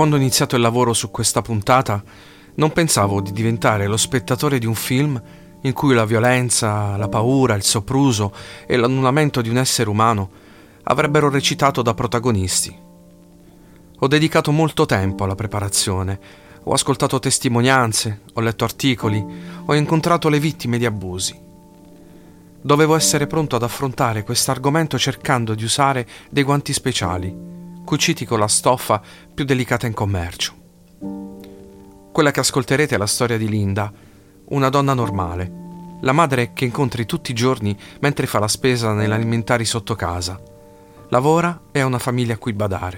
Quando ho iniziato il lavoro su questa puntata, non pensavo di diventare lo spettatore di un film in cui la violenza, la paura, il sopruso e l'annullamento di un essere umano avrebbero recitato da protagonisti. Ho dedicato molto tempo alla preparazione, ho ascoltato testimonianze, ho letto articoli, ho incontrato le vittime di abusi. Dovevo essere pronto ad affrontare quest'argomento cercando di usare dei guanti speciali, cuciti con la stoffa più delicata in commercio. Quella che ascolterete è la storia di Linda, una donna normale, la madre che incontri tutti i giorni mentre fa la spesa nelle alimentari sotto casa. Lavora e ha una famiglia a cui badare.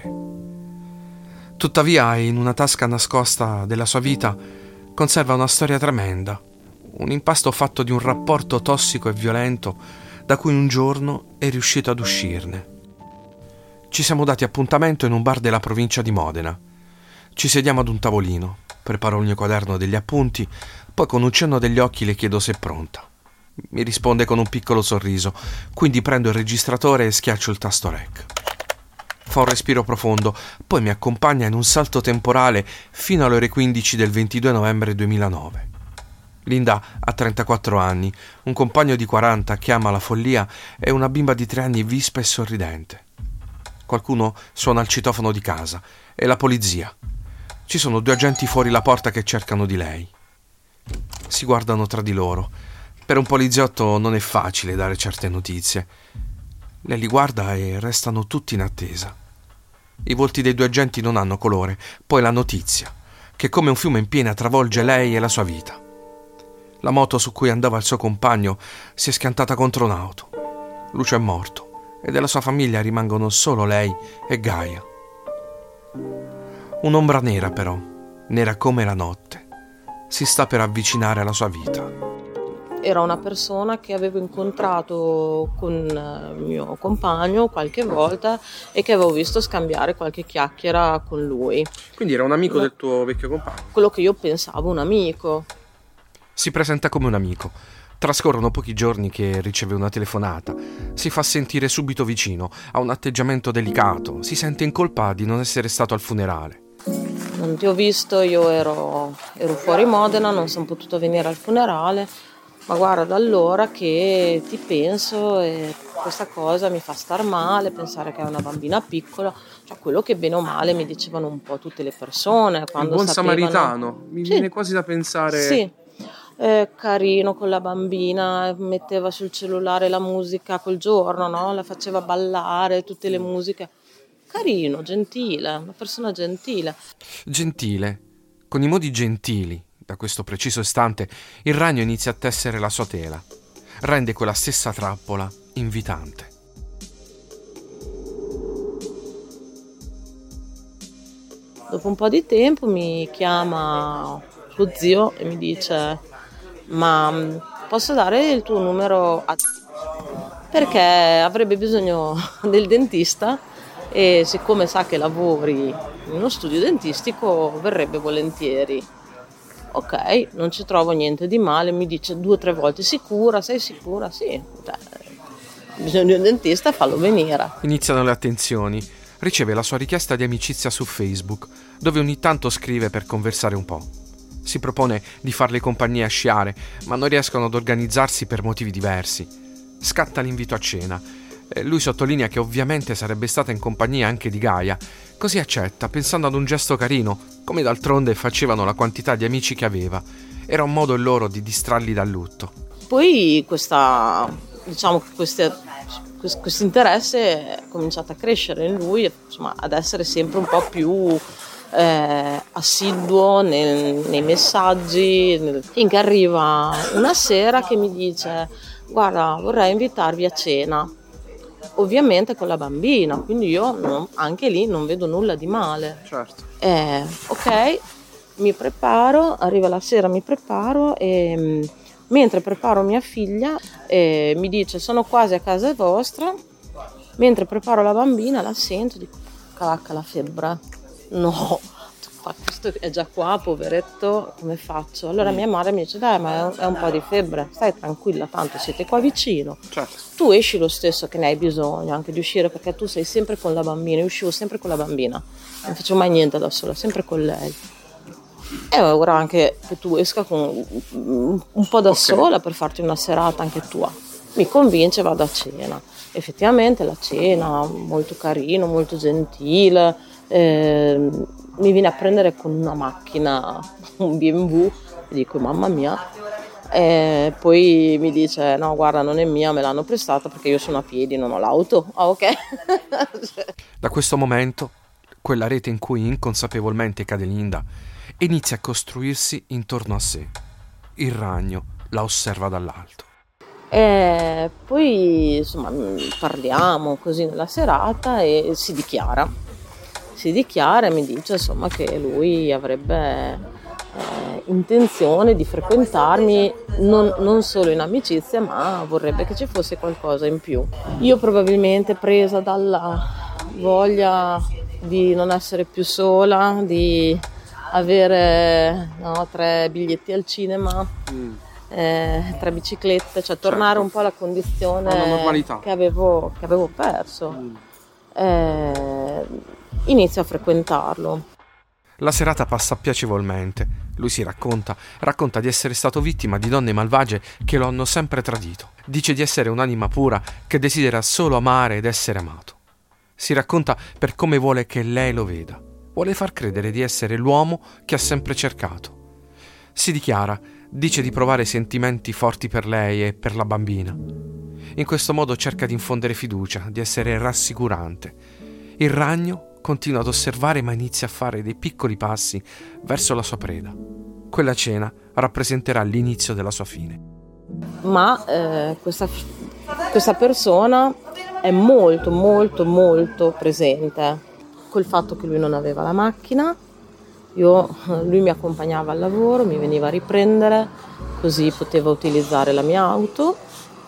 Tuttavia, in una tasca nascosta della sua vita, conserva una storia tremenda, un impasto fatto di un rapporto tossico e violento da cui un giorno è riuscito ad uscirne. Ci siamo dati appuntamento in un bar della provincia di Modena. Ci sediamo ad un tavolino, preparo il mio quaderno degli appunti, poi con un cenno degli occhi le chiedo se è pronta. Mi risponde con un piccolo sorriso, quindi prendo il registratore e schiaccio il tasto REC. Fa un respiro profondo, poi mi accompagna in un salto temporale fino alle ore 15 del 22 novembre 2009. Linda ha 34 anni, un compagno di 40 che ama la follia e una bimba di 3 anni vispa e sorridente. Qualcuno suona il citofono di casa. È la polizia. Ci sono 2 agenti fuori la porta che cercano di lei. Si guardano tra di loro. Per un poliziotto non è facile dare certe notizie. Lei li guarda e restano tutti in attesa. I volti dei 2 agenti non hanno colore, poi la notizia, che come un fiume in piena travolge lei e la sua vita. La moto su cui andava il suo compagno si è schiantata contro un'auto. Lucio è morto e della sua famiglia rimangono solo lei e Gaia. Un'ombra nera però, nera come la notte, si sta per avvicinare alla sua vita. Era una persona che avevo incontrato con il mio compagno qualche volta e che avevo visto scambiare qualche chiacchiera con lui. Quindi era un amico del tuo vecchio compagno? Quello che io pensavo un amico. Si presenta come un amico. Trascorrono pochi giorni che riceve una telefonata. Si fa sentire subito vicino, ha un atteggiamento delicato, si sente in colpa di non essere stato al funerale. Non ti ho visto, io ero fuori Modena, non sono potuto venire al funerale, ma guarda, da allora che ti penso e questa cosa mi fa star male, pensare che è una bambina piccola, cioè quello che bene o male mi dicevano un po' tutte le persone. Quando il buon sapevano... samaritano, mi viene quasi da pensare... Sì. Carino con la bambina, metteva sul cellulare la musica quel giorno, no? La faceva ballare, tutte le musiche. Carino, gentile, una persona gentile. Gentile, con i modi gentili, da questo preciso istante, il ragno inizia a tessere la sua tela. Rende quella stessa trappola invitante. Dopo un po' di tempo mi chiama suo zio e mi dice: ma posso dare il tuo numero a... perché avrebbe bisogno del dentista e siccome sa che lavori in uno studio dentistico verrebbe volentieri. Ok, non ci trovo niente di male, mi dice 2 o 3 volte: sicura, sei sicura? Sì, bisogno di un dentista, fallo venire. Iniziano le attenzioni. Riceve la sua richiesta di amicizia su Facebook, dove ogni tanto scrive per conversare un po'. Si propone di farle compagnia a sciare, ma non riescono ad organizzarsi per motivi diversi. Scatta l'invito a cena. Lui sottolinea che ovviamente sarebbe stata in compagnia anche di Gaia, così accetta, pensando ad un gesto carino, come d'altronde facevano la quantità di amici che aveva. Era un modo il loro di distrarli dal lutto. Poi questo interesse è cominciato a crescere in lui, insomma, ad essere sempre un po' più assiduo nei messaggi, finché arriva una sera che mi dice: guarda, vorrei invitarvi a cena, ovviamente con la bambina, quindi io anche lì non vedo nulla di male. Certo. Ok, mi preparo, arriva la sera, mi preparo e mentre preparo mia figlia mi dice: sono quasi a casa vostra. Mentre preparo la bambina la sento, dico: cacca, la febbre. No, questo è già qua, poveretto, come faccio? Allora mia madre mi dice, dai, ma è un po' di febbre, stai tranquilla, tanto siete qua vicino. Certo. Tu esci lo stesso, che ne hai bisogno anche di uscire, perché tu sei sempre con la bambina. Io uscivo sempre con la bambina, non facevo mai niente da sola, sempre con lei. E ora anche che tu esca con un po' da sola per farti una serata anche tua. Mi convince, vado a cena. Effettivamente la cena, molto carino, molto gentile, mi viene a prendere con una macchina, un B&W, e dico mamma mia, e poi mi dice no guarda non è mia, me l'hanno prestata perché io sono a piedi, non ho l'auto. Ah, ok. Da questo momento, quella rete in cui inconsapevolmente cade Linda inizia a costruirsi intorno a sé. Il ragno la osserva dall'alto. E poi insomma parliamo così nella serata e si dichiara e mi dice insomma che lui avrebbe intenzione di frequentarmi non solo in amicizia, ma vorrebbe che ci fosse qualcosa in più. Io probabilmente presa dalla voglia di non essere più sola, di avere 3 biglietti al cinema, 3 biciclette, cioè tornare un po' alla condizione che avevo perso. Inizio a frequentarlo. La serata passa piacevolmente. Lui si racconta di essere stato vittima di donne malvagie che lo hanno sempre tradito. Dice di essere un'anima pura che desidera solo amare ed essere amato. Si racconta per come vuole che lei lo veda. Vuole far credere di essere l'uomo che ha sempre cercato. Si dichiara, dice di provare sentimenti forti per lei e per la bambina. In questo modo cerca di infondere fiducia, di essere rassicurante. Il ragno continua ad osservare ma inizia a fare dei piccoli passi verso la sua preda. Quella cena rappresenterà l'inizio della sua fine. Ma questa persona è molto molto molto presente. Col fatto che lui non aveva la macchina, lui mi accompagnava al lavoro, mi veniva a riprendere, così potevo utilizzare la mia auto,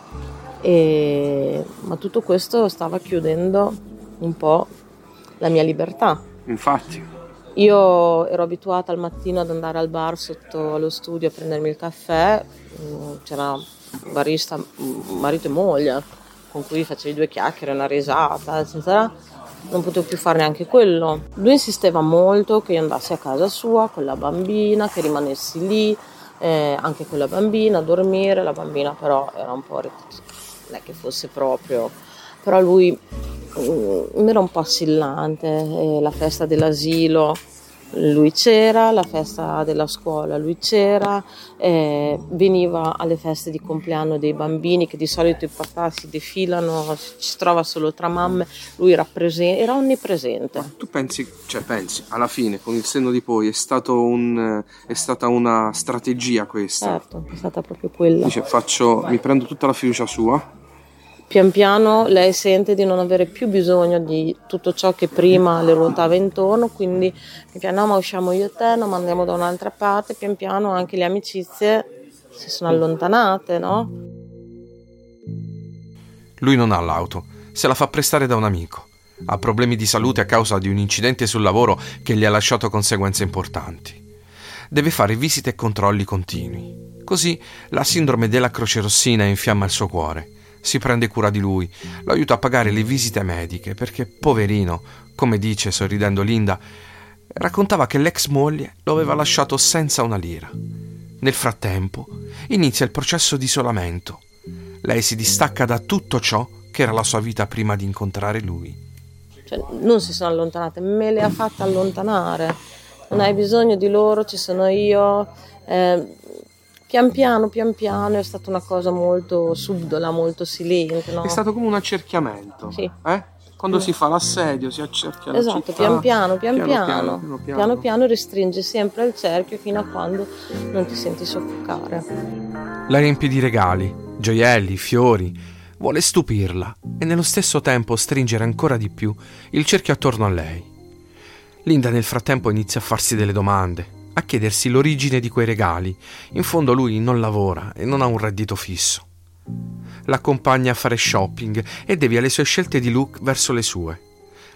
ma tutto questo stava chiudendo un po' la mia libertà. Infatti. Io ero abituata al mattino ad andare al bar sotto allo studio a prendermi il caffè, c'era un barista, marito e moglie, con cui facevi 2 chiacchiere, una risata, eccetera. Non potevo più fare neanche quello. Lui insisteva molto che io andassi a casa sua con la bambina, che rimanessi lì, anche con la bambina a dormire. La bambina però era un po', non è che fosse proprio, però lui era un po' assillante. La festa dell'asilo lui c'era, la festa della scuola lui c'era, veniva alle feste di compleanno dei bambini che di solito i papà si defilano, ci si trova solo tra mamme, lui era onnipresente. Ma tu pensi, alla fine con il senno di poi è stata una strategia questa? Certo, è stata proprio quella. Dice mi prendo tutta la fiducia sua. Pian piano lei sente di non avere più bisogno di tutto ciò che prima le ruotava intorno, quindi pian piano ma usciamo io e te, no, ma andiamo da un'altra parte, pian piano anche le amicizie si sono allontanate, no? Lui non ha l'auto, se la fa prestare da un amico. Ha problemi di salute a causa di un incidente sul lavoro che gli ha lasciato conseguenze importanti. Deve fare visite e controlli continui. Così la sindrome della croce rossina infiamma il suo cuore. Si prende cura di lui, lo aiuta a pagare le visite mediche perché, poverino, come dice sorridendo Linda, raccontava che l'ex moglie lo aveva lasciato senza una lira. Nel frattempo inizia il processo di isolamento. Lei si distacca da tutto ciò che era la sua vita prima di incontrare lui. Cioè, non si sono allontanate, me le ha fatte allontanare. Non hai bisogno di loro, ci sono io. Pian piano è stata una cosa molto subdola, molto silente, no? È stato come un accerchiamento. Sì. Quando si fa l'assedio si accerchia la esatto, città. piano piano restringi sempre il cerchio fino a quando non ti senti soffocare. La riempie di regali, gioielli, fiori. Vuole stupirla e nello stesso tempo stringere ancora di più il cerchio attorno a lei. Linda nel frattempo inizia a farsi delle domande, a chiedersi l'origine di quei regali. In fondo lui non lavora e non ha un reddito fisso. L'accompagna a fare shopping e devia le sue scelte di look verso le sue.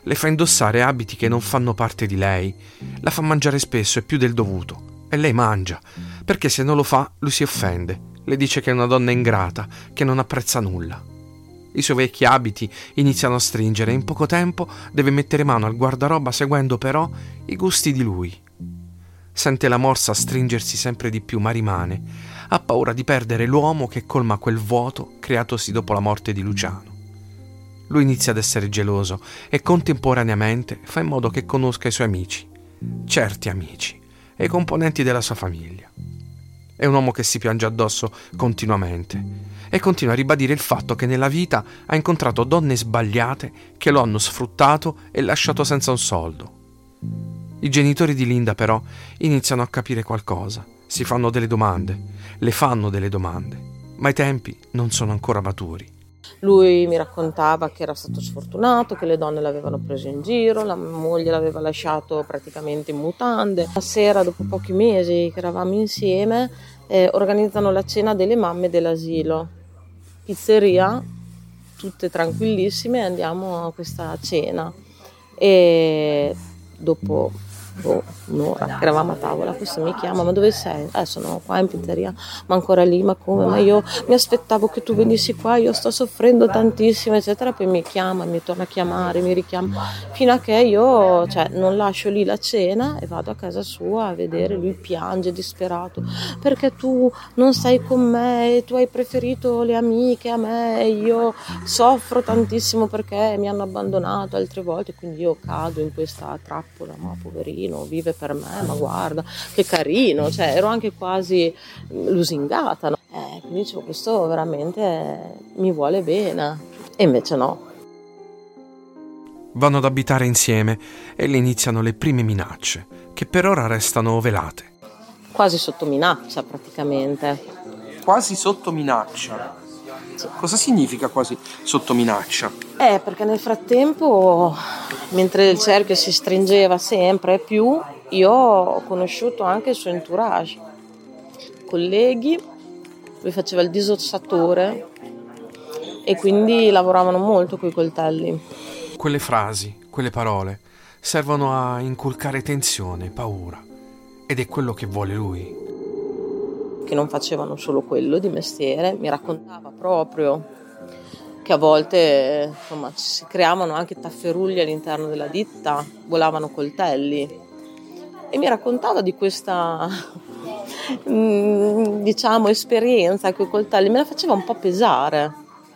le fa indossare abiti che non fanno parte di lei, la fa mangiare spesso e più del dovuto, e lei mangia, perché se non lo fa lui si offende, le dice che è una donna ingrata, che non apprezza nulla. I suoi vecchi abiti iniziano a stringere e in poco tempo deve mettere mano al guardaroba seguendo però i gusti di lui. Sente la morsa stringersi sempre di più, ma rimane. Ha paura di perdere l'uomo che colma quel vuoto creatosi dopo la morte di Luciano. Lui inizia ad essere geloso e contemporaneamente fa in modo che conosca i suoi amici, certi amici, e i componenti della sua famiglia. È un uomo che si piange addosso continuamente e continua a ribadire il fatto che nella vita ha incontrato donne sbagliate che lo hanno sfruttato e lasciato senza un soldo. I genitori di Linda però iniziano a capire qualcosa, si fanno delle domande, le fanno delle domande, ma i tempi non sono ancora maturi. Lui mi raccontava che era stato sfortunato, che le donne l'avevano preso in giro, la moglie l'aveva lasciato praticamente in mutande. La sera, dopo pochi mesi che eravamo insieme, organizzano la cena delle mamme dell'asilo. Pizzeria, tutte tranquillissime, andiamo a questa cena. E dopo un'ora che eravamo a tavola, questo mi chiama: ma dove sei? Sono qua in pizzeria. Ma ancora lì? Ma come? Ma io mi aspettavo che tu venissi qua, io sto soffrendo tantissimo, eccetera. Poi mi chiama, mi torna a chiamare, mi richiama, fino a che io non lascio lì la cena e vado a casa sua a vedere. Lui piange disperato: perché tu non stai con me, tu hai preferito le amiche a me, io soffro tantissimo perché mi hanno abbandonato altre volte, quindi io cado in questa trappola. Ma poverino, vive per me, ma guarda che carino, ero anche quasi lusingata, no? Quindi dicevo, questo veramente mi vuole bene, e invece no. Vanno ad abitare insieme e le iniziano le prime minacce, che per ora restano velate. Quasi sotto minaccia praticamente. Quasi sotto minaccia? Sì. Cosa significa quasi sotto minaccia? Perché nel frattempo, mentre il cerchio si stringeva sempre più, io ho conosciuto anche il suo entourage, colleghi. Lui faceva il disossatore e quindi lavoravano molto coi coltelli. Quelle frasi, quelle parole servono a inculcare tensione, paura, ed è quello che vuole lui. Che non facevano solo quello di mestiere, mi raccontava proprio che a volte si creavano anche tafferugli all'interno della ditta, volavano coltelli, e mi raccontava di questa esperienza con i coltelli. Me la faceva un po' pesare.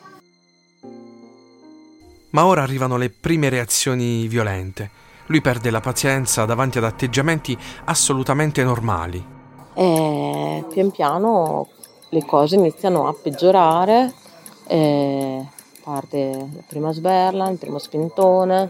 Ma ora arrivano le prime reazioni violente. Lui perde la pazienza davanti ad atteggiamenti assolutamente normali. Pian piano le cose iniziano a peggiorare, parte la prima sberla, il primo spintone,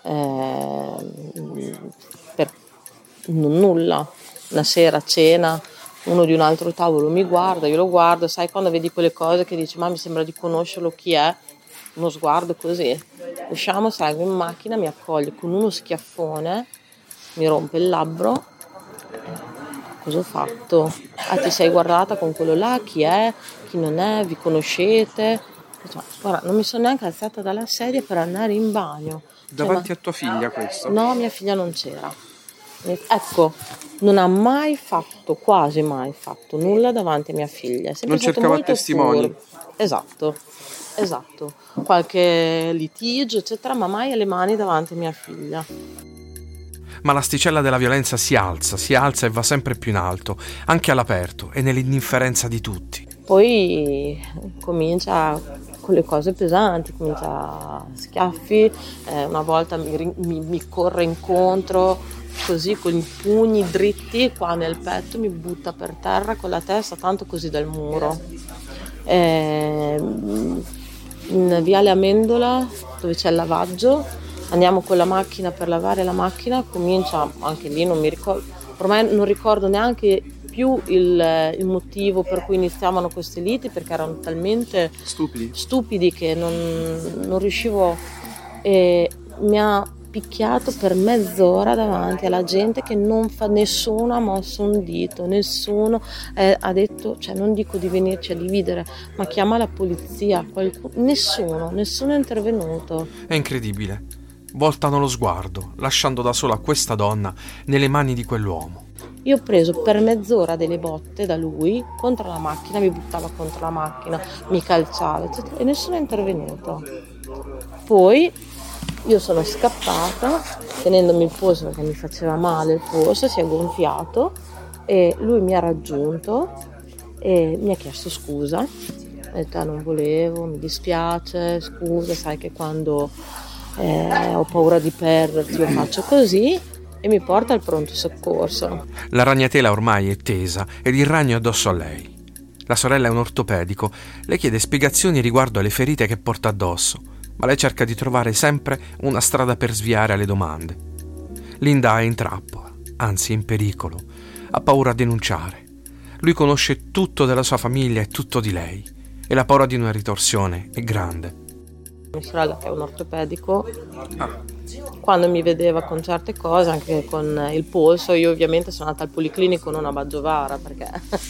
per nulla. Una sera a cena uno di un altro tavolo mi guarda, io lo guardo, sai quando vedi quelle cose che dici: ma mi sembra di conoscerlo, chi è? Uno sguardo così. Usciamo, salgo in macchina, mi accoglie con uno schiaffone, mi rompe il labbro. Cosa ho fatto? Ti sei guardata con quello là? Chi è? Chi non è? Vi conoscete? Guarda, non mi sono neanche alzata dalla sedia per andare in bagno. Davanti a tua figlia questo? No, mia figlia non c'era. Ecco, non ha mai fatto, quasi mai fatto nulla davanti a mia figlia. Non cercava testimoni. Esatto. Qualche litigio, eccetera, ma mai alle mani davanti a mia figlia. Ma l'asticella della violenza si alza e va sempre più in alto, anche all'aperto e nell'indifferenza di tutti. Poi comincia con le cose pesanti, comincia a schiaffi, una volta mi corre incontro così con i pugni dritti qua nel petto, mi butta per terra con la testa tanto così dal muro. In Viale Amendola, dove c'è il lavaggio, andiamo con la macchina per lavare la macchina, comincia, anche lì non mi ricordo, ormai non ricordo neanche più il motivo per cui iniziavano queste liti, perché erano talmente stupidi che non riuscivo. Mi ha picchiato per mezz'ora davanti alla gente, che nessuno ha mosso un dito, nessuno ha detto, non dico di venirci a dividere, ma chiama la polizia, nessuno è intervenuto. È incredibile. voltano lo sguardo, lasciando da sola questa donna nelle mani di quell'uomo. Io ho preso per mezz'ora delle botte da lui contro la macchina, mi buttava contro la macchina, mi calciava, eccetera, e nessuno è intervenuto. Poi io sono scappata tenendomi il polso perché mi faceva male il polso, si è gonfiato e lui mi ha raggiunto e mi ha chiesto scusa. Ho detto non volevo, mi dispiace, scusa, sai che quando ho paura di perderti io faccio così, e mi porta al pronto soccorso. La ragnatela ormai è tesa ed il ragno è addosso a lei. La sorella è un ortopedico, le chiede spiegazioni riguardo alle ferite che porta addosso, ma lei cerca di trovare sempre una strada per sviare alle domande. Linda è in trappola, anzi in pericolo, ha paura a denunciare. Lui conosce tutto della sua famiglia e tutto di lei, e la paura di una ritorsione è grande. Mia sorella, che è un ortopedico, quando mi vedeva con certe cose, anche con il polso, io ovviamente sono andata al policlinico, non a Baggiovara, perché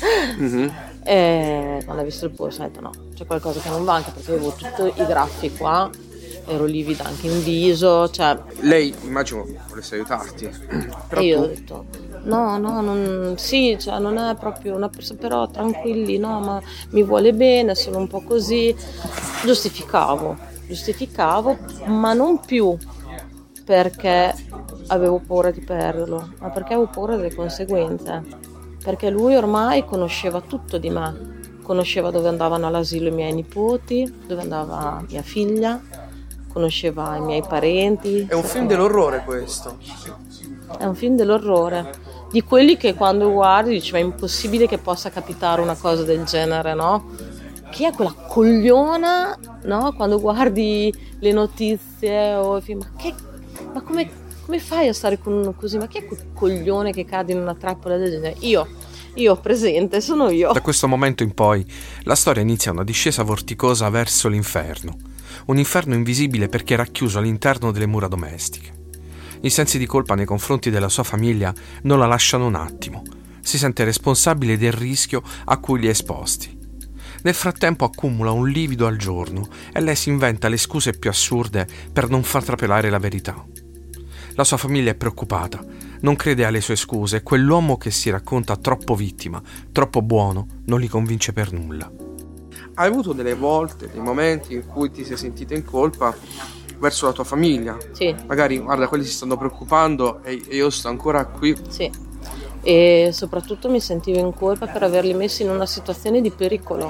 e quando ha visto il polso ha detto no, c'è qualcosa che non va, anche perché avevo tutti i graffi qua, ero livida anche in viso, cioè... Lei, immagino, volesse aiutarti. Però e io tu... ho detto no, non, sì, cioè non è proprio una persona, però tranquilli, no, ma mi vuole bene, sono un po' così. Giustificavo, ma non più perché avevo paura di perderlo, ma perché avevo paura delle conseguenze, perché lui ormai conosceva tutto di me, conosceva dove andavano all'asilo i miei nipoti, dove andava mia figlia, conosceva i miei parenti. È un film dell'orrore questo. È un film dell'orrore, di quelli che quando guardi dici ma è impossibile che possa capitare una cosa del genere, no? Chi è quella cogliona, no? Quando guardi le notizie o i film, ma come fai a stare con uno così? Ma chi è quel coglione che cade in una trappola del genere? Io presente, sono io. Da questo momento in poi la storia inizia una discesa vorticosa verso l'inferno. Un inferno invisibile perché racchiuso all'interno delle mura domestiche. I sensi di colpa nei confronti della sua famiglia non la lasciano un attimo. Si sente responsabile del rischio a cui li è esposti. Nel frattempo accumula un livido al giorno e lei si inventa le scuse più assurde per non far trapelare la verità. La sua famiglia è preoccupata, non crede alle sue scuse e quell'uomo che si racconta troppo vittima, troppo buono, non li convince per nulla. Hai avuto delle volte, dei momenti in cui ti sei sentita in colpa verso la tua famiglia? Sì. Magari, guarda, quelli si stanno preoccupando e io sto ancora qui. Sì. E soprattutto mi sentivo in colpa per averli messi in una situazione di pericolo,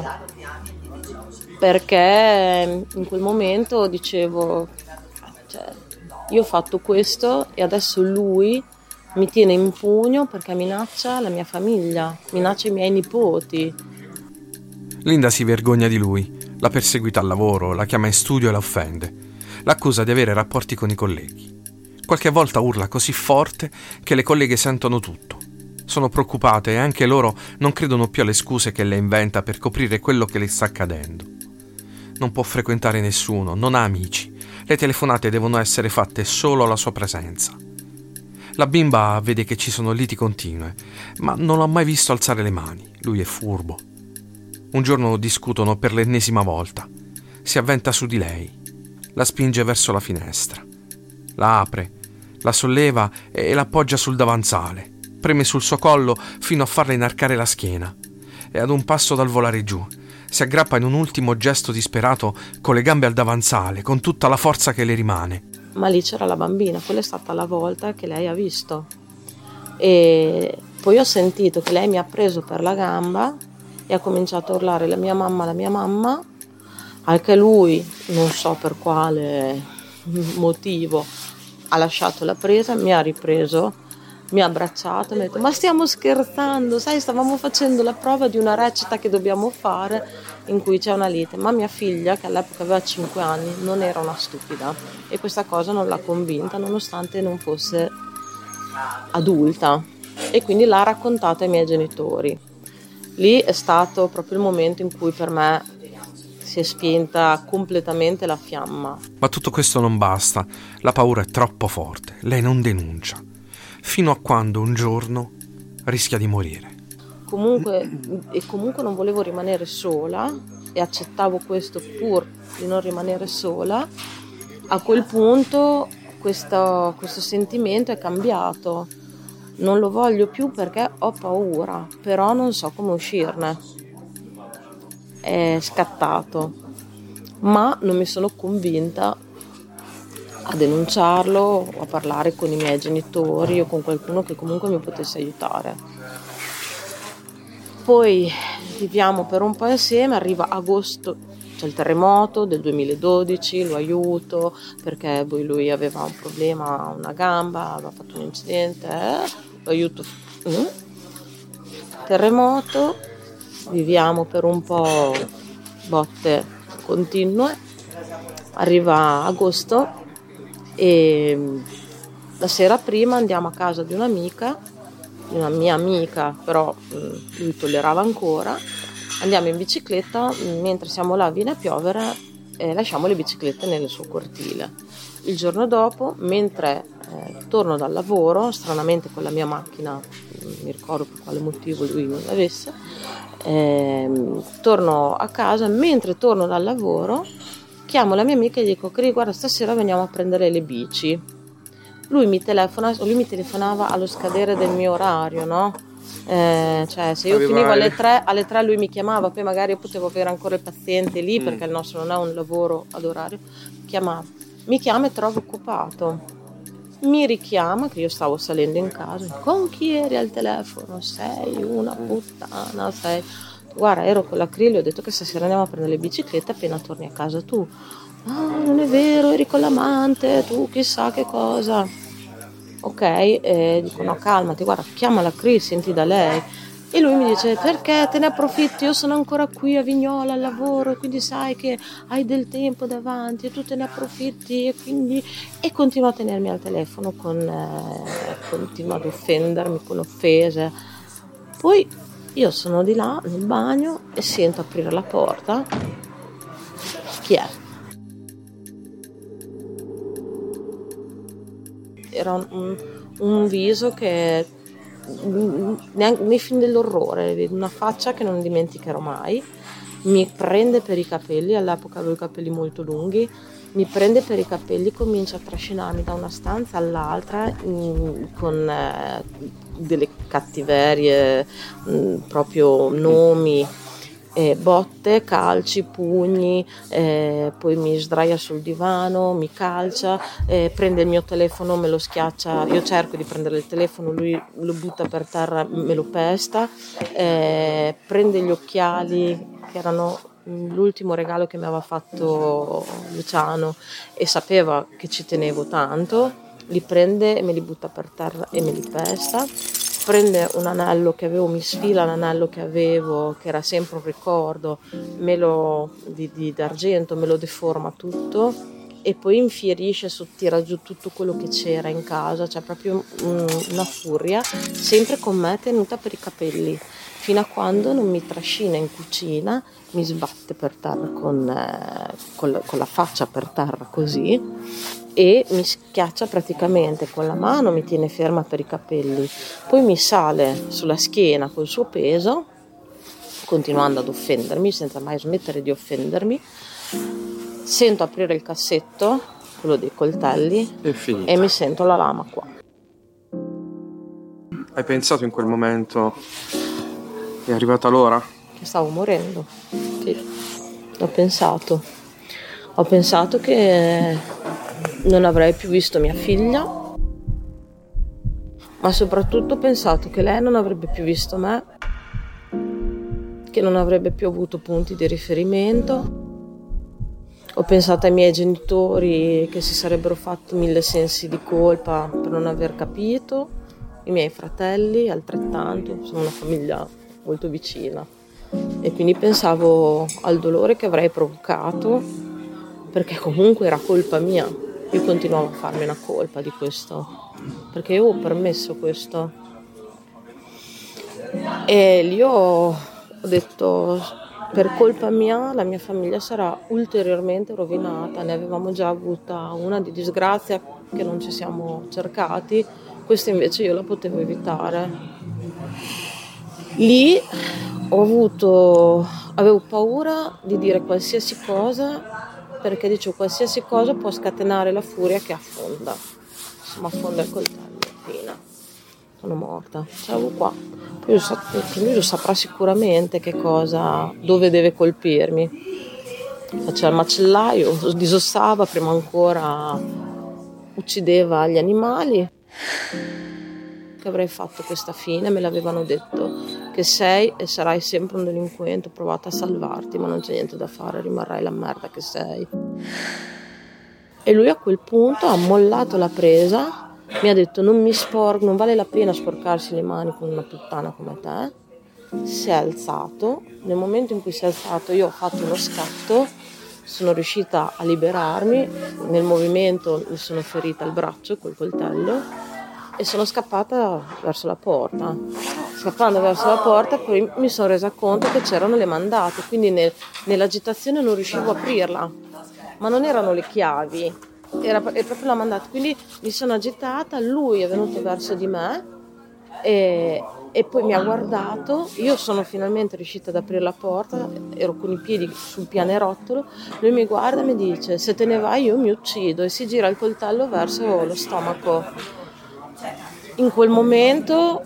perché in quel momento dicevo, cioè, io ho fatto questo e adesso lui mi tiene in pugno perché minaccia la mia famiglia, minaccia i miei nipoti. Linda si vergogna di lui, la perseguita al lavoro, la chiama in studio e la offende, l'accusa di avere rapporti con i colleghi. Qualche volta urla così forte che le colleghe sentono tutto. Sono preoccupate e anche loro non credono più alle scuse che lei inventa per coprire quello che le sta accadendo. Non può frequentare nessuno, non ha amici. Le telefonate devono essere fatte solo alla sua presenza. La bimba vede che ci sono liti continue, ma non l'ha mai visto alzare le mani. Lui è furbo. Un giorno discutono per l'ennesima volta. Si avventa su di lei. La spinge verso la finestra. La apre, la solleva e l'appoggia sul davanzale. Preme sul suo collo fino a farle inarcare la schiena. È ad un passo dal volare giù. Si aggrappa in un ultimo gesto disperato con le gambe al davanzale, con tutta la forza che le rimane. Ma lì c'era la bambina, quella è stata la volta che lei ha visto. E poi ho sentito che lei mi ha preso per la gamba e ha cominciato a urlare la mia mamma. Anche lui, non so per quale motivo, ha lasciato la presa, mi ha ripreso, mi ha abbracciato e mi ha detto ma stiamo scherzando, sai, stavamo facendo la prova di una recita che dobbiamo fare in cui c'è una lite, ma mia figlia, che all'epoca aveva 5 anni, non era una stupida e questa cosa non l'ha convinta nonostante non fosse adulta, e quindi l'ha raccontata ai miei genitori. Lì è stato proprio il momento in cui per me si è spenta completamente la fiamma. Ma tutto questo non basta, la paura è troppo forte, lei non denuncia, fino a quando un giorno rischia di morire. Comunque non volevo rimanere sola e accettavo questo pur di non rimanere sola. A quel punto questo sentimento è cambiato. Non lo voglio più perché ho paura, però non so come uscirne. È scattato, ma non mi sono convinta a denunciarlo o a parlare con i miei genitori o con qualcuno che comunque mi potesse aiutare. Poi viviamo per un po' insieme, arriva agosto, c'è il terremoto del 2012, lo aiuto perché poi lui aveva un problema a una gamba, aveva fatto un incidente, lo aiuto. Terremoto, viviamo per un po' botte continue, arriva agosto e la sera prima andiamo a casa di un'amica, di una mia amica, però lui tollerava ancora, andiamo in bicicletta, mentre siamo là viene a piovere e lasciamo le biciclette nel suo cortile. Il giorno dopo, mentre torno dal lavoro, stranamente con la mia macchina, non mi ricordo per quale motivo lui non l'avesse, torno a casa, mentre torno dal lavoro chiamo la mia amica e gli dico: Cri, guarda, stasera veniamo a prendere le bici. Lui mi telefonava allo scadere del mio orario, no? Cioè se io finivo alle 3 lui mi chiamava, poi magari io potevo avere ancora il paziente lì perché il nostro non è un lavoro ad orario, mi chiama e trovo occupato, mi richiama che io stavo salendo in casa, con chi eri al telefono? Sei una puttana, sei. Guarda, ero con la Cri, le ho detto che stasera andiamo a prendere le biciclette appena torni a casa tu. No, non è vero, eri con l'amante, tu chissà che cosa. Ok, dico no, calmati, guarda, chiama la Cri, senti da lei. E lui mi dice: perché te ne approfitti? Io sono ancora qui a Vignola al lavoro, quindi sai che hai del tempo davanti e tu te ne approfitti e continua a tenermi al telefono, continua ad offendermi con offese. Poi io sono di là nel bagno e sento aprire la porta. Chi è? Era un viso che nei film dell'orrore, una faccia che non dimenticherò mai. Mi prende per i capelli, all'epoca avevo i capelli molto lunghi, mi prende per i capelli, comincia a trascinarmi da una stanza all'altra con delle cattiverie, proprio nomi, botte, calci, pugni, poi mi sdraia sul divano, mi calcia, prende il mio telefono, me lo schiaccia, io cerco di prendere il telefono, lui lo butta per terra, me lo pesta, prende gli occhiali che erano l'ultimo regalo che mi aveva fatto Luciano e sapeva che ci tenevo tanto, li prende e me li butta per terra e me li pesta. Prende un anello che avevo, mi sfila l'anello che avevo, che era sempre un ricordo, d'argento, me lo deforma tutto e poi infierisce, sottira giù tutto quello che c'era in casa, cioè proprio una furia, sempre con me tenuta per i capelli, fino a quando non mi trascina in cucina, mi sbatte per terra con la faccia per terra così, e mi schiaccia praticamente con la mano, mi tiene ferma per i capelli, poi mi sale sulla schiena col suo peso, continuando ad offendermi senza mai smettere di offendermi. Sento aprire il cassetto, quello dei coltelli, e mi sento la lama qua. Hai pensato in quel momento, è arrivata l'ora? Che stavo morendo, sì, ho pensato che non avrei più visto mia figlia, ma soprattutto ho pensato che lei non avrebbe più visto me, che non avrebbe più avuto punti di riferimento. Ho pensato ai miei genitori che si sarebbero fatti 1000 sensi di colpa per non aver capito, i miei fratelli altrettanto, sono una famiglia molto vicina, e quindi pensavo al dolore che avrei provocato, perché comunque era colpa mia. Io continuavo a farmi una colpa di questo, perché io ho permesso questo. E lì ho detto: per colpa mia la mia famiglia sarà ulteriormente rovinata. Ne avevamo già avuta una di disgrazia che non ci siamo cercati, questa invece io la potevo evitare. Lì avevo paura di dire qualsiasi cosa perché dicevo qualsiasi cosa può scatenare la furia che affonda. Insomma, affonda il coltello, fine. Sono morta, ce l'avevo qua. Poi lui lo saprà sicuramente che cosa, dove deve colpirmi. Faceva il macellaio, disossava, prima ancora uccideva gli animali. Che avrei fatto questa fine, me l'avevano detto, che sei e sarai sempre un delinquente, ho provato a salvarti, ma non c'è niente da fare, rimarrai la merda che sei. E lui a quel punto ha mollato la presa, mi ha detto non vale la pena sporcarsi le mani con una puttana come te. Si è alzato, nel momento in cui si è alzato io ho fatto uno scatto, sono riuscita a liberarmi, nel movimento mi sono ferita al braccio col coltello e sono scappata verso la porta. Scappando verso la porta poi mi sono resa conto che c'erano le mandate, quindi nell'agitazione non riuscivo a aprirla, ma non erano le chiavi, era proprio la mandata, quindi mi sono agitata, lui è venuto verso di me e poi mi ha guardato, io sono finalmente riuscita ad aprire la porta, ero con i piedi sul pianerottolo, lui mi guarda e mi dice se te ne vai io mi uccido e si gira il coltello verso lo stomaco. In quel momento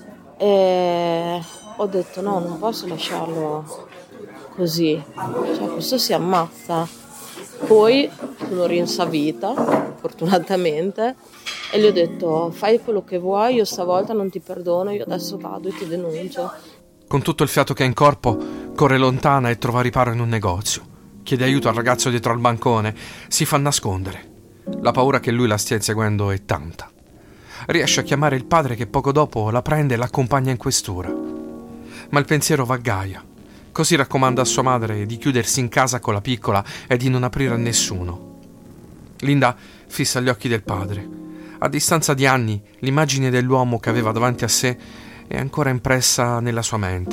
ho detto no, non posso lasciarlo così, cioè questo si ammazza. Poi sono rinsavita, fortunatamente, e gli ho detto fai quello che vuoi, io stavolta non ti perdono, io adesso vado e ti denuncio. Con tutto il fiato che ha in corpo, corre lontana e trova riparo in un negozio. Chiede aiuto al ragazzo dietro al bancone, si fa nascondere. La paura che lui la stia inseguendo è tanta. Riesce a chiamare il padre che poco dopo la prende e l'accompagna in questura. Ma il pensiero va a Gaia. Così raccomanda a sua madre di chiudersi in casa con la piccola e di non aprire a nessuno. Linda fissa gli occhi del padre. A distanza di anni, l'immagine dell'uomo che aveva davanti a sé è ancora impressa nella sua mente.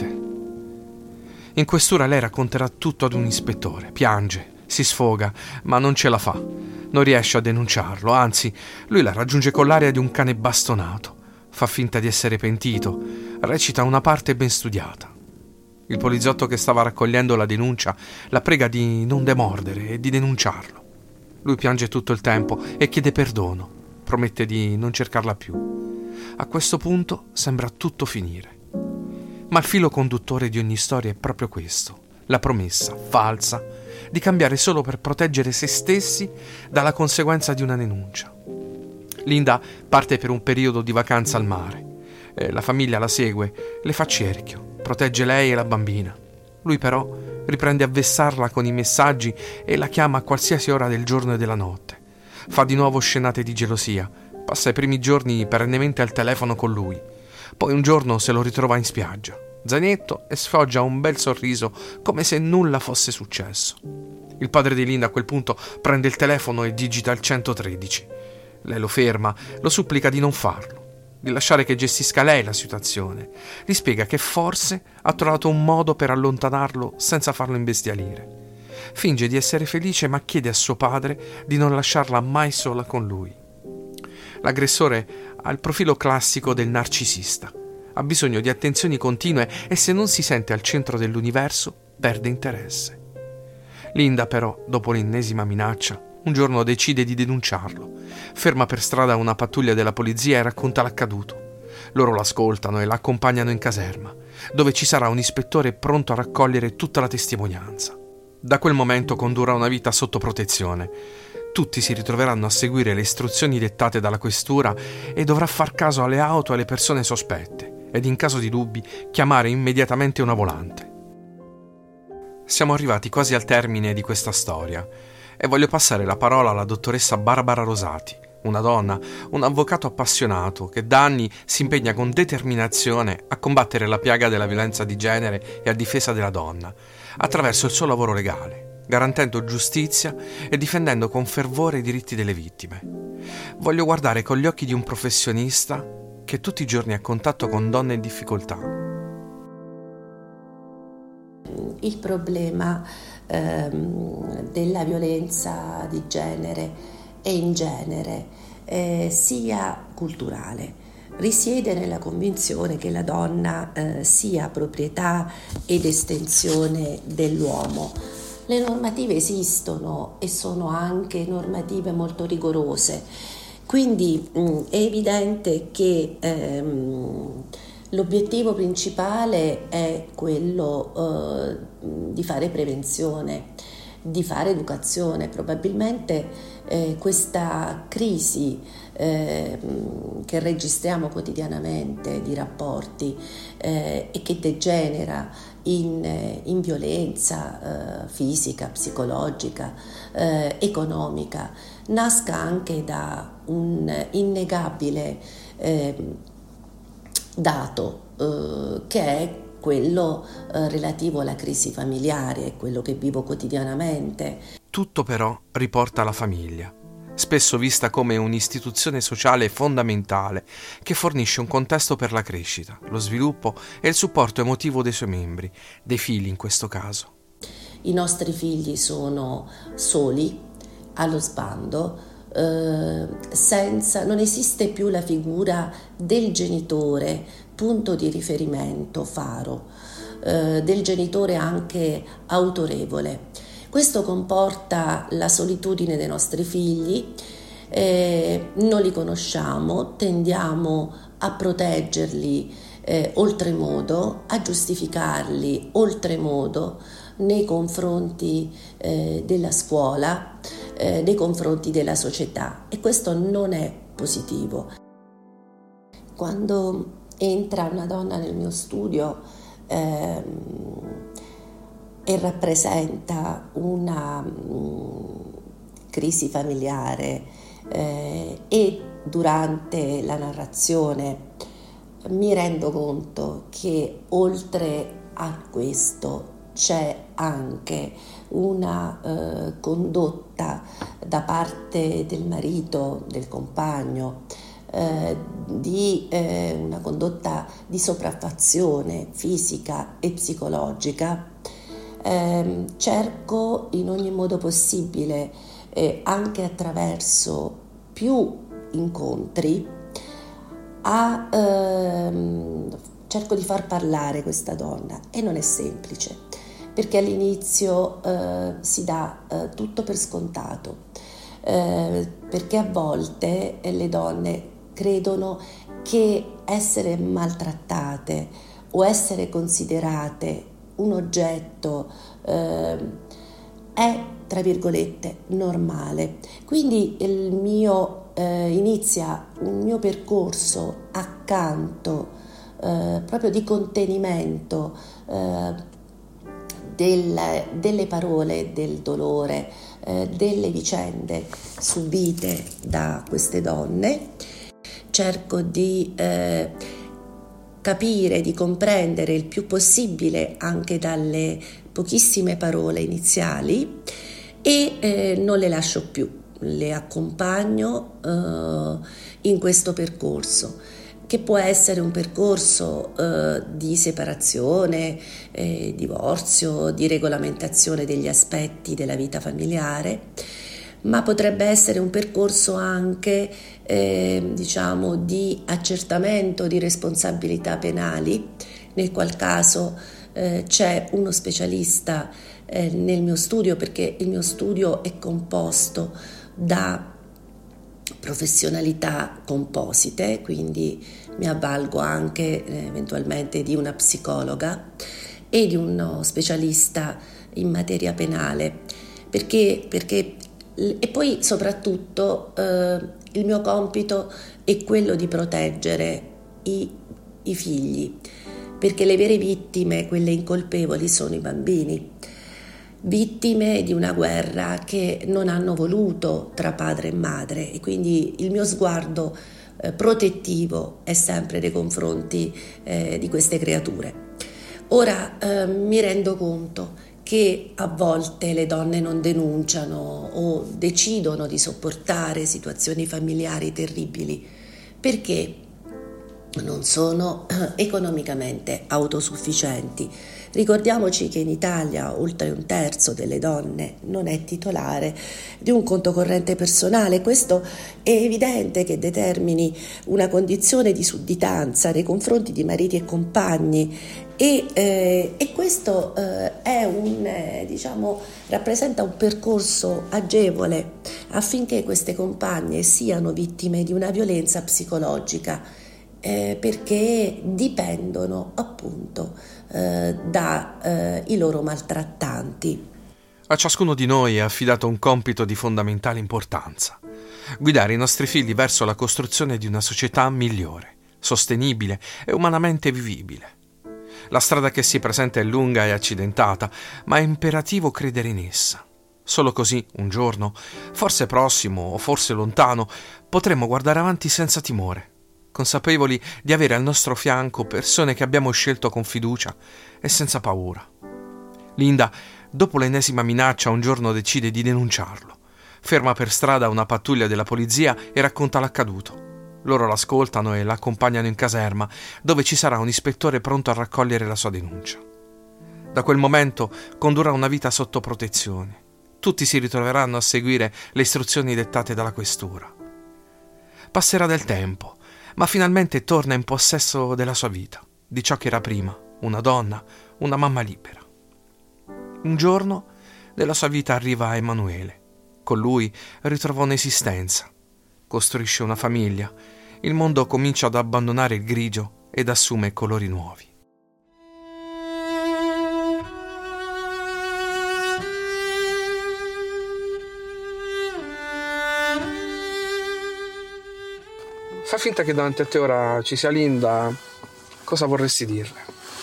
In questura lei racconterà tutto ad un ispettore, piange, si sfoga, ma non ce la fa. Non riesce a denunciarlo, anzi, lui la raggiunge con l'aria di un cane bastonato. Fa finta di essere pentito, recita una parte ben studiata. Il poliziotto che stava raccogliendo la denuncia la prega di non demordere e di denunciarlo. Lui piange tutto il tempo e chiede perdono, promette di non cercarla più. A questo punto sembra tutto finire. Ma il filo conduttore di ogni storia è proprio questo, la promessa falsa di cambiare solo per proteggere se stessi dalla conseguenza di una denuncia. Linda parte per un periodo di vacanza al mare. La famiglia la segue, le fa cerchio, protegge lei e la bambina. Lui però riprende a vessarla con i messaggi e la chiama a qualsiasi ora del giorno e della notte. Fa di nuovo scenate di gelosia, passa i primi giorni perennemente al telefono con lui. Poi un giorno se lo ritrova in spiaggia, zainetto, e sfoggia un bel sorriso come se nulla fosse successo. Il padre di Linda a quel punto prende il telefono e digita il 113. Lei lo ferma, lo supplica di non farlo, di lasciare che gestisca lei la situazione. Gli spiega che forse ha trovato un modo per allontanarlo senza farlo imbestialire. Finge di essere felice ma chiede a suo padre di non lasciarla mai sola con lui. L'aggressore ha il profilo classico del narcisista. Ha bisogno di attenzioni continue e se non si sente al centro dell'universo perde interesse. Linda però, dopo l'ennesima minaccia, un giorno decide di denunciarlo. Ferma per strada una pattuglia della polizia e racconta l'accaduto. Loro l'ascoltano e la accompagnano in caserma, dove ci sarà un ispettore pronto a raccogliere tutta la testimonianza. Da quel momento condurrà una vita sotto protezione. Tutti si ritroveranno a seguire le istruzioni dettate dalla questura e dovrà far caso alle auto e alle persone sospette ed in caso di dubbi chiamare immediatamente una volante. Siamo arrivati quasi al termine di questa storia e voglio passare la parola alla dottoressa Barbara Rosati, una donna, un avvocato appassionato che da anni si impegna con determinazione a combattere la piaga della violenza di genere e a difesa della donna, attraverso il suo lavoro legale, garantendo giustizia e difendendo con fervore i diritti delle vittime. Voglio guardare con gli occhi di un professionista che tutti i giorni è a contatto con donne in difficoltà. Il problema della violenza di genere e in genere sia culturale, risiede nella convinzione che la donna sia proprietà ed estensione dell'uomo. Le normative esistono e sono anche normative molto rigorose, quindi è evidente che l'obiettivo principale è quello di fare prevenzione, di fare educazione. Probabilmente questa crisi che registriamo quotidianamente di rapporti e che degenera in violenza fisica, psicologica, economica, nasca anche da un innegabile dato che è quello relativo alla crisi familiare, quello che vivo quotidianamente. Tutto però riporta alla famiglia, spesso vista come un'istituzione sociale fondamentale che fornisce un contesto per la crescita, lo sviluppo e il supporto emotivo dei suoi membri, dei figli in questo caso. I nostri figli sono soli, allo sbando, non esiste più la figura del genitore, punto di riferimento, faro, del genitore anche autorevole. Questo comporta la solitudine dei nostri figli, non li conosciamo, tendiamo a proteggerli oltremodo, a giustificarli oltremodo nei confronti della scuola, nei confronti della società, e questo non è positivo. Quando entra una donna nel mio studio e rappresenta una crisi familiare e durante la narrazione mi rendo conto che oltre a questo c'è anche una condotta da parte del marito, del compagno, di una condotta di sopraffazione fisica e psicologica. Cerco in ogni modo possibile, anche attraverso più incontri, cerco di far parlare questa donna, e non è semplice, perché all'inizio si dà tutto per scontato, perché a volte le donne credono che essere maltrattate o essere considerate un oggetto è, tra virgolette, normale. Quindi inizia un mio percorso accanto proprio di contenimento delle parole, del dolore, delle vicende subite da queste donne. Cerco di capire, di comprendere il più possibile anche dalle pochissime parole iniziali, e non le lascio più, le accompagno in questo percorso, che può essere un percorso di separazione, divorzio, di regolamentazione degli aspetti della vita familiare, ma potrebbe essere un percorso anche di accertamento di responsabilità penali, nel qual caso c'è uno specialista nel mio studio, perché il mio studio è composto da professionalità composite, quindi mi avvalgo anche eventualmente di una psicologa e di uno specialista in materia penale, perché e poi soprattutto il mio compito è quello di proteggere i figli, perché le vere vittime, quelle incolpevoli, sono i bambini, vittime di una guerra che non hanno voluto tra padre e madre, e quindi il mio sguardo protettivo è sempre nei confronti di queste creature. Ora mi rendo conto che a volte le donne non denunciano o decidono di sopportare situazioni familiari terribili perché non sono economicamente autosufficienti. Ricordiamoci che in Italia oltre un terzo delle donne non è titolare di un conto corrente personale. Questo è evidente che determini una condizione di sudditanza nei confronti di mariti e compagni e questo rappresenta un percorso agevole affinché queste compagne siano vittime di una violenza psicologica, perché dipendono appunto dai loro maltrattanti. A ciascuno di noi è affidato un compito di fondamentale importanza: guidare i nostri figli verso la costruzione di una società migliore, sostenibile e umanamente vivibile. La strada che si presenta è lunga e accidentata, ma è imperativo credere in essa. Solo così, un giorno, forse prossimo o forse lontano, potremo guardare avanti senza timore, consapevoli di avere al nostro fianco persone che abbiamo scelto con fiducia e senza paura. Linda, dopo l'ennesima minaccia, un giorno decide di denunciarlo. Ferma per strada una pattuglia della polizia e racconta l'accaduto. Loro l'ascoltano e l'accompagnano in caserma, dove ci sarà un ispettore pronto a raccogliere la sua denuncia. Da quel momento condurrà una vita sotto protezione. Tutti si ritroveranno a seguire le istruzioni dettate dalla questura. Passerà del tempo, ma finalmente torna in possesso della sua vita, di ciò che era prima, una donna, una mamma libera. Un giorno nella sua vita arriva Emanuele. Con lui ritrova un'esistenza, costruisce una famiglia, il mondo comincia ad abbandonare il grigio ed assume colori nuovi. Fai finta che davanti a te ora ci sia Linda, cosa vorresti dirle?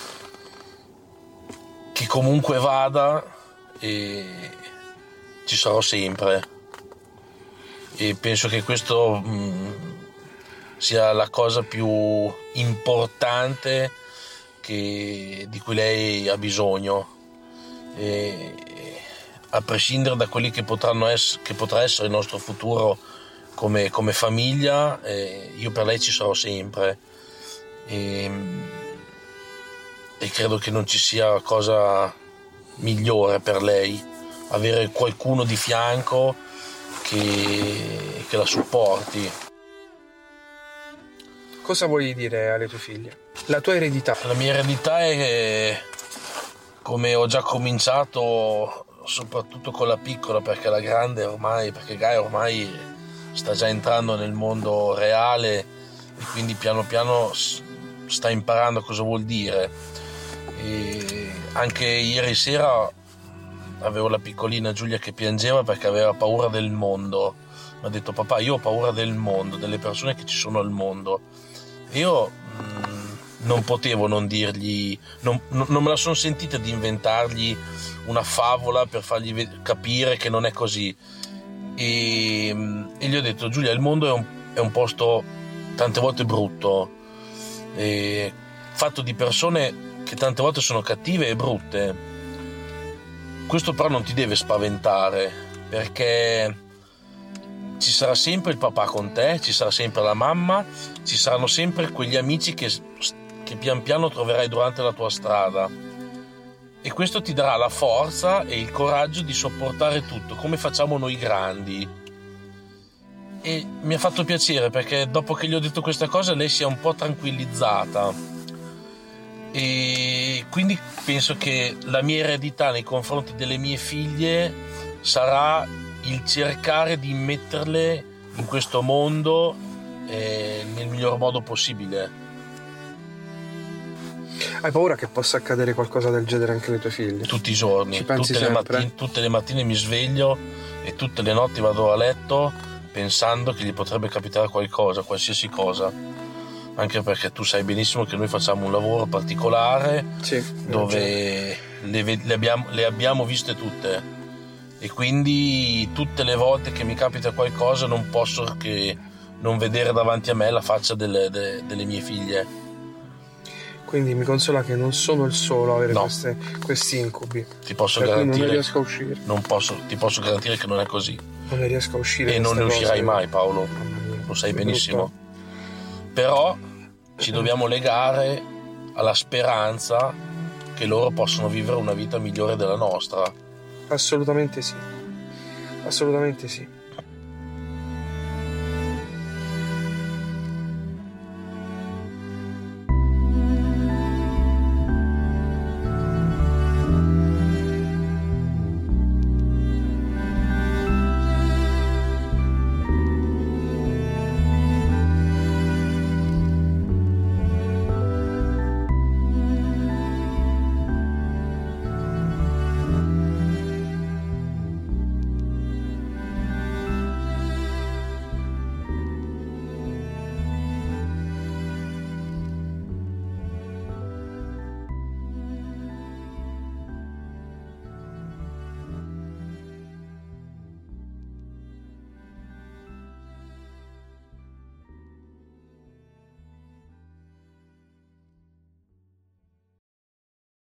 Che comunque vada e ci sarò sempre, e penso che questo sia la cosa più importante di cui lei ha bisogno, e a prescindere da quelli che potrà essere il nostro futuro come famiglia, io per lei ci sarò sempre, e credo che non ci sia cosa migliore per lei, avere qualcuno di fianco che la supporti. Cosa vuoi dire alle tue figlie? La tua eredità. La mia eredità è, come ho già cominciato, soprattutto con la piccola, perché la grande perché Gaia ormai sta già entrando nel mondo reale e quindi piano piano sta imparando cosa vuol dire. E anche ieri sera avevo la piccolina Giulia che piangeva perché aveva paura del mondo. Mi ha detto: papà, io ho paura del mondo, delle persone che ci sono al mondo. Io non potevo non dirgli, non me la sono sentita di inventargli una favola per fargli capire che non è così, e gli ho detto: Giulia, il mondo è un posto tante volte brutto, fatto di persone che tante volte sono cattive e brutte. Questo però non ti deve spaventare, perché ci sarà sempre il papà con te, ci sarà sempre la mamma, ci saranno sempre quegli amici che pian piano troverai durante la tua strada, e questo ti darà la forza e il coraggio di sopportare tutto, come facciamo noi grandi. E mi ha fatto piacere, perché dopo che gli ho detto questa cosa lei si è un po' tranquillizzata, e quindi penso che la mia eredità nei confronti delle mie figlie sarà il cercare di metterle in questo mondo nel miglior modo possibile. Hai paura che possa accadere qualcosa del genere anche alle tue figlie? Tutti i giorni, Ci pensi sempre? tutte le mattine mi sveglio e tutte le notti vado a letto pensando che gli potrebbe capitare qualcosa, qualsiasi cosa. Anche perché tu sai benissimo che noi facciamo un lavoro particolare, sì, dove le abbiamo viste tutte, e quindi tutte le volte che mi capita qualcosa non posso che non vedere davanti a me la faccia delle mie figlie. Quindi mi consola che non sono il solo a avere questi incubi. Ti posso garantire, non ne riesco a uscire. Ti posso garantire che non è così. Non ne riesco a uscire. E non ne uscirai mai, Paolo. Lo sai benissimo. Però ci dobbiamo legare alla speranza che loro possano vivere una vita migliore della nostra. Assolutamente sì. Assolutamente sì.